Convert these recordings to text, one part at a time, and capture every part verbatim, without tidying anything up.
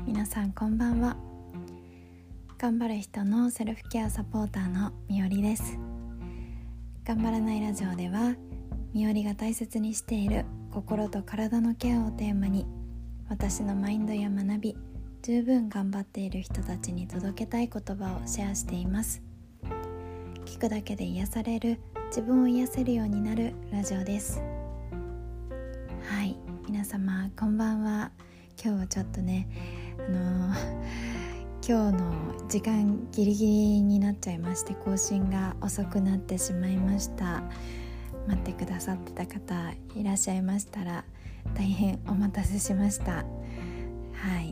皆さんこんばんは。頑張る人のセルフケアサポーターのみおりです。頑張らないラジオでは、みおりが大切にしている心と体のケアをテーマに、私のマインドや学び、十分頑張っている人たちに届けたい言葉をシェアしています。聞くだけで癒される、自分を癒せるようになるラジオです。はい、皆様こんばんは。今日はちょっとね、あのー、今日の時間ギリギリになっちゃいまして、更新が遅くなってしまいました。待ってくださってた方いらっしゃいましたら大変お待たせしました。はい、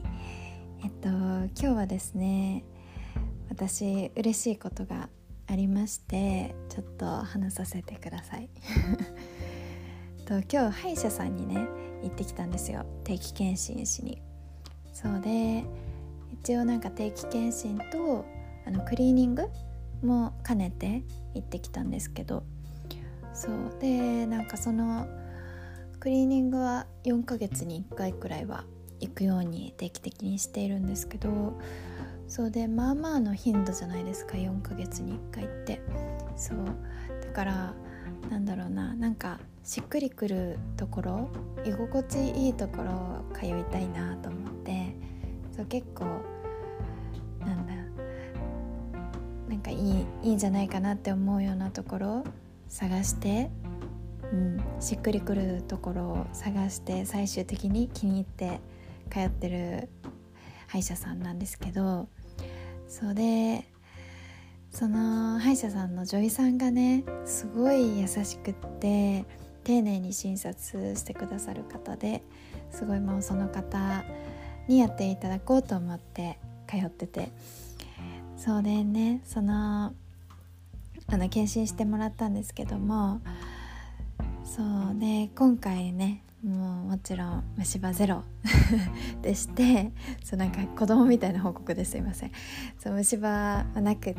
えっと今日はですね、私嬉しいことがありまして、ちょっと話させてくださいと今日歯医者さんにね行ってきたんですよ。定期検診しに。そうで、一応なんか定期検診とあのクリーニングも兼ねて行ってきたんですけど、そうで、なんかそのクリーニングはよんかげつにいっかいくらいは行くように定期的にしているんですけど、そうで、まあまあの頻度じゃないですか、よんかげつにいっかいって。そうだから、なんだろうな、なんかしっくりくるところ、居心地いいところを通いたいなと思って、そう結構なんだなんかいいいいんじゃないかなって思うようなところを探して、うん、しっくりくるところを探して最終的に気に入って通ってる歯医者さんなんですけど、そうで、その歯医者さんの女医さんがね、すごい優しくって丁寧に診察してくださる方で、すごいもうその方にやっていただこうと思って通ってて、そうでね、そのあの検診してもらったんですけども、そうで、今回ね、もうもちろん虫歯ゼロでして、そうなんか子供みたいな報告ですいません。そう虫歯はなくって、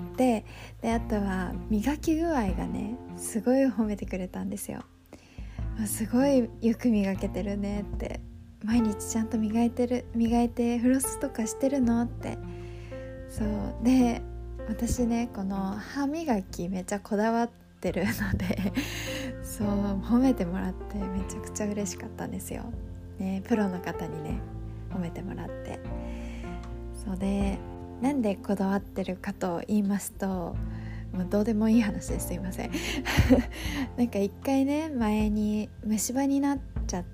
であとは磨き具合がね、すごい褒めてくれたんですよ。すごいよく磨けてるねって、毎日ちゃんと磨いてる磨いてフロスとかしてるのって。そうで、私ね、この歯磨きめっちゃこだわってるのでそう褒めてもらってめちゃくちゃ嬉しかったんですよ、ね、プロの方にね褒めてもらって。そうで、なんでこだわってるかと言いますと、もうどうでもいい話です、すいませんなんか一回ね、前に虫歯になっちゃって、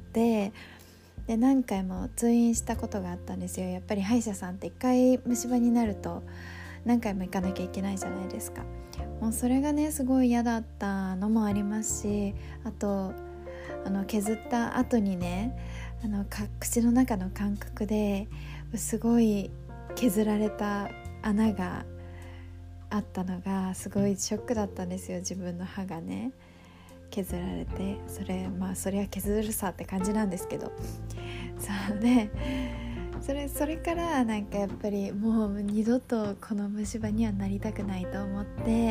で何回も通院したことがあったんですよ。やっぱり歯医者さんって一回虫歯になると何回も行かなきゃいけないじゃないですか。もうそれがねすごい嫌だったのもありますし、あとあの削った後にね、あのか口の中の感覚ですごい削られた穴があったのがすごいショックだったんですよ。自分の歯がね削られて、それまあそりゃ削るさって感じなんですけど、そうで、それそれからなんかやっぱりもう二度とこの虫歯にはなりたくないと思って、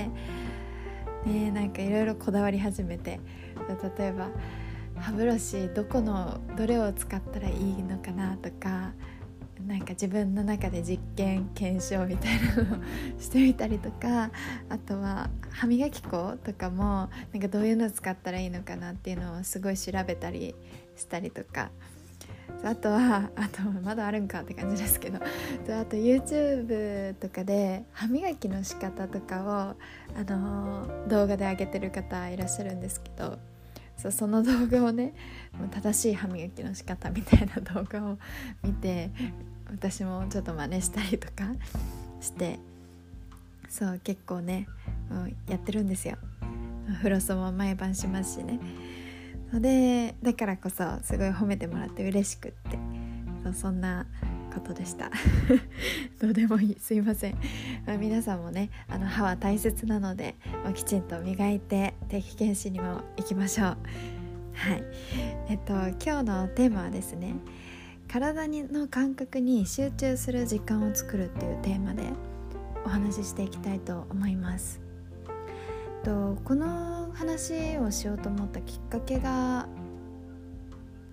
ね、なんかいろいろこだわり始めて、例えば歯ブラシどこのどれを使ったらいいのかなとか、なんか自分の中で実験検証みたいなのをしてみたりとか、あとは歯磨き粉とかもなんかどういうの使ったらいいのかなっていうのをすごい調べたりしたりとか、あとはあとまだあるんかって感じですけど、あと YouTube とかで歯磨きの仕方とかをあの動画で上げてる方いらっしゃるんですけど、そうその動画をね、正しい歯磨きの仕方みたいな動画を見て、私もちょっと真似したりとかして、そう結構ねやってるんですよ。フロスも毎晩しますしね。でだからこそすごい褒めてもらって嬉しくって、そうそんなことでしたどうでもいい、すいません。まあ、皆さんもね、あの歯は大切なので、まあ、きちんと磨いて定期検診にも行きましょう。はい、えっと今日のテーマはですね、体の感覚に集中する時間を作るっていうテーマでお話ししていきたいと思います。とこの話をしようと思ったきっかけが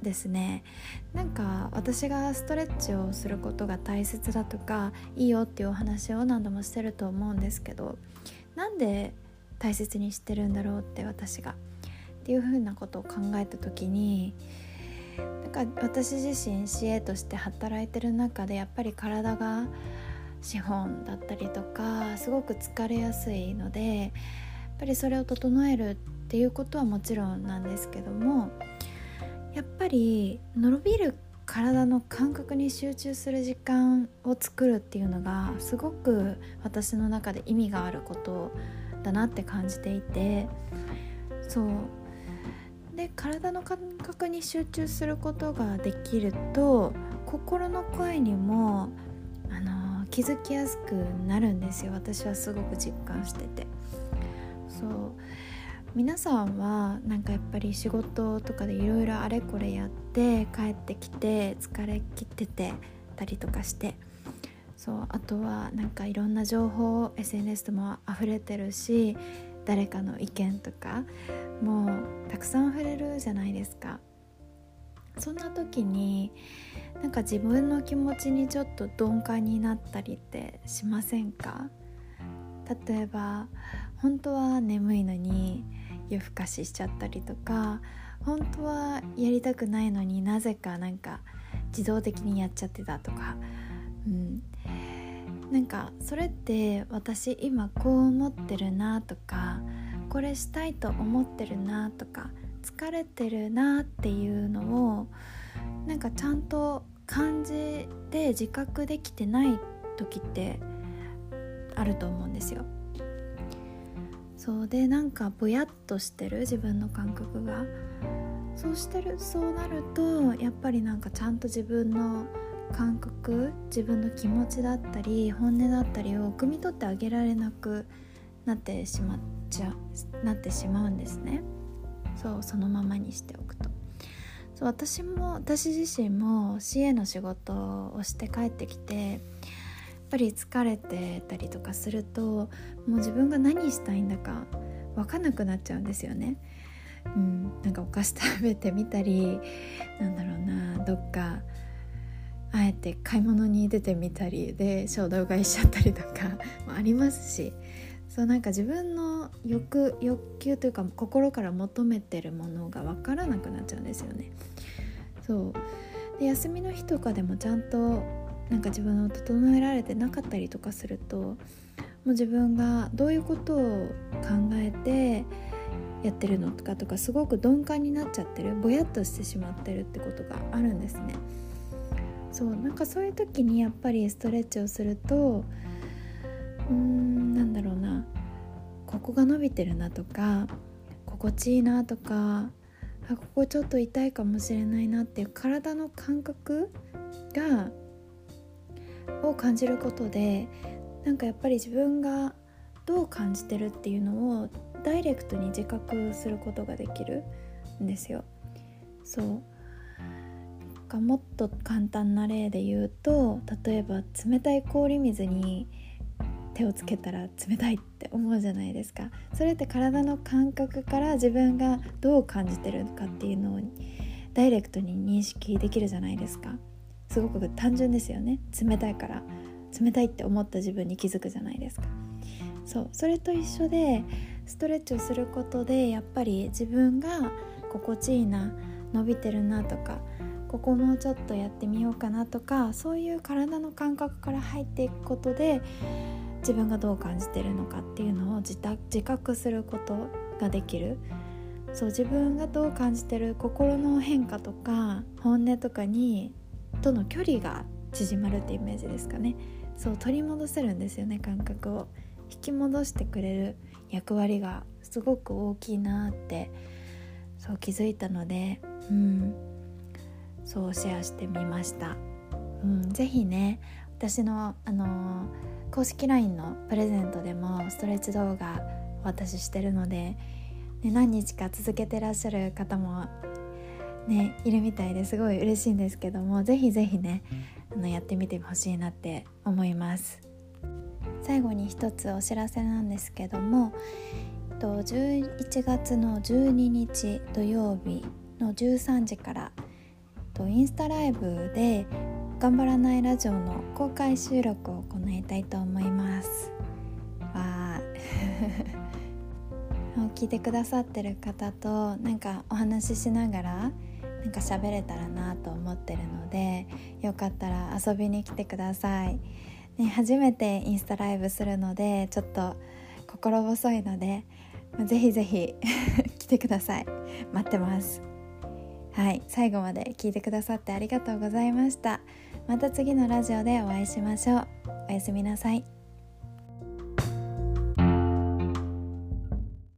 ですね、なんか私がストレッチをすることが大切だとかいいよっていうお話を何度もしてると思うんですけど、なんで大切にしてるんだろうって私がっていう風なことを考えた時に、なんか私自身 シーエー として働いてる中でやっぱり体が資本だったりとかすごく疲れやすいので、やっぱりそれを整えるっていうことはもちろんなんですけども、やっぱり伸びる体の感覚に集中する時間を作るっていうのがすごく私の中で意味があることだなって感じていて、そうで体の感覚に集中することができると心の声にもあの気づきやすくなるんですよ。私はすごく実感してて、そう皆さんはなんかやっぱり仕事とかでいろいろあれこれやって帰ってきて疲れ切っててたりとかして、そうあとはなんかいろんな情報 エスエヌエス でも溢れてるし、誰かの意見とかもうたくさん触れるじゃないですか。そんな時になんか自分の気持ちにちょっと鈍感になったりってしませんか？例えば本当は眠いのに夜更かししちゃったりとか、本当はやりたくないのになぜかなんか自動的にやっちゃってたとか、うん、なんかそれって私今こう思ってるなとか、これしたいと思ってるなとか、疲れてるなっていうのをなんかちゃんと感じて自覚できてない時ってあると思うんですよ。そうでなんかぼやっとしてる自分の感覚が、そうしてるそうなるとやっぱりなんかちゃんと自分の感覚、自分の気持ちだったり本音だったりを汲み取ってあげられなくなってしまっちゃなってしまうんですね。そうそのままにしておくと、そう私も私自身も シーエー の仕事をして帰ってきてやっぱり疲れてたりとかすると、もう自分が何したいんだか分かんなくなっちゃうんですよね。うん、なんかお菓子食べてみたり、なんだろうな、どっかあえて買い物に出てみたりで衝動買いしちゃったりとかもありますし、そうなんか自分の欲欲求というか心から求めてるものが分からなくなっちゃうんですよね。そうで休みの日とかでもちゃんとなんか自分を整えられてなかったりとかすると、もう自分がどういうことを考えてやってるのとかとかすごく鈍感になっちゃってる、ぼやっとしてしまってるってことがあるんですね。そうなんかそういう時にやっぱりストレッチをすると、うーんなんだろうな、ここが伸びてるなとか心地いいなとか、あここちょっと痛いかもしれないなっていう体の感覚がを感じることで、なんかやっぱり自分がどう感じてるっていうのをダイレクトに自覚することができるんですよ。そうかもっと簡単な例で言うと、例えば冷たい氷水に手をつけたら冷たいって思うじゃないですか。それって体の感覚から自分がどう感じてるかっていうのをダイレクトに認識できるじゃないですか。すごく単純ですよね。冷たいから冷たいって思った自分に気づくじゃないですか。そうそれと一緒でストレッチをすることでやっぱり自分が心地いいな、伸びてるなとか、ここもうちょっとやってみようかなとか、そういう体の感覚から入っていくことで自分がどう感じてるのかっていうのを 自, 自覚することができる。そう自分がどう感じてる心の変化とか本音とかにとの距離が縮まるってイメージですかね。そう取り戻せるんですよね。感覚を引き戻してくれる役割がすごく大きいなってそう気づいたので、うん、そうシェアしてみました。うん、ぜひね、私の、あのー、公式 ライン のプレゼントでもストレッチ動画お渡ししてるので、ね、何日か続けてらっしゃる方もねいるみたいですごい嬉しいんですけども、ぜひぜひねあのやってみてほしいなって思います。最後に一つお知らせなんですけども、じゅういちがつのじゅうににち土曜日のじゅうさんじからとインスタライブで頑張らないラジオの公開収録を行いたいと思います。わー聞いてくださってる方となんかお話ししながらなんか喋れたらなと思ってるので、よかったら遊びに来てください、ね、初めてインスタライブするのでちょっと心細いのでぜひぜひ来てください。待ってます。はい、最後まで聞いてくださってありがとうございました。また次のラジオでお会いしましょう。おやすみなさい。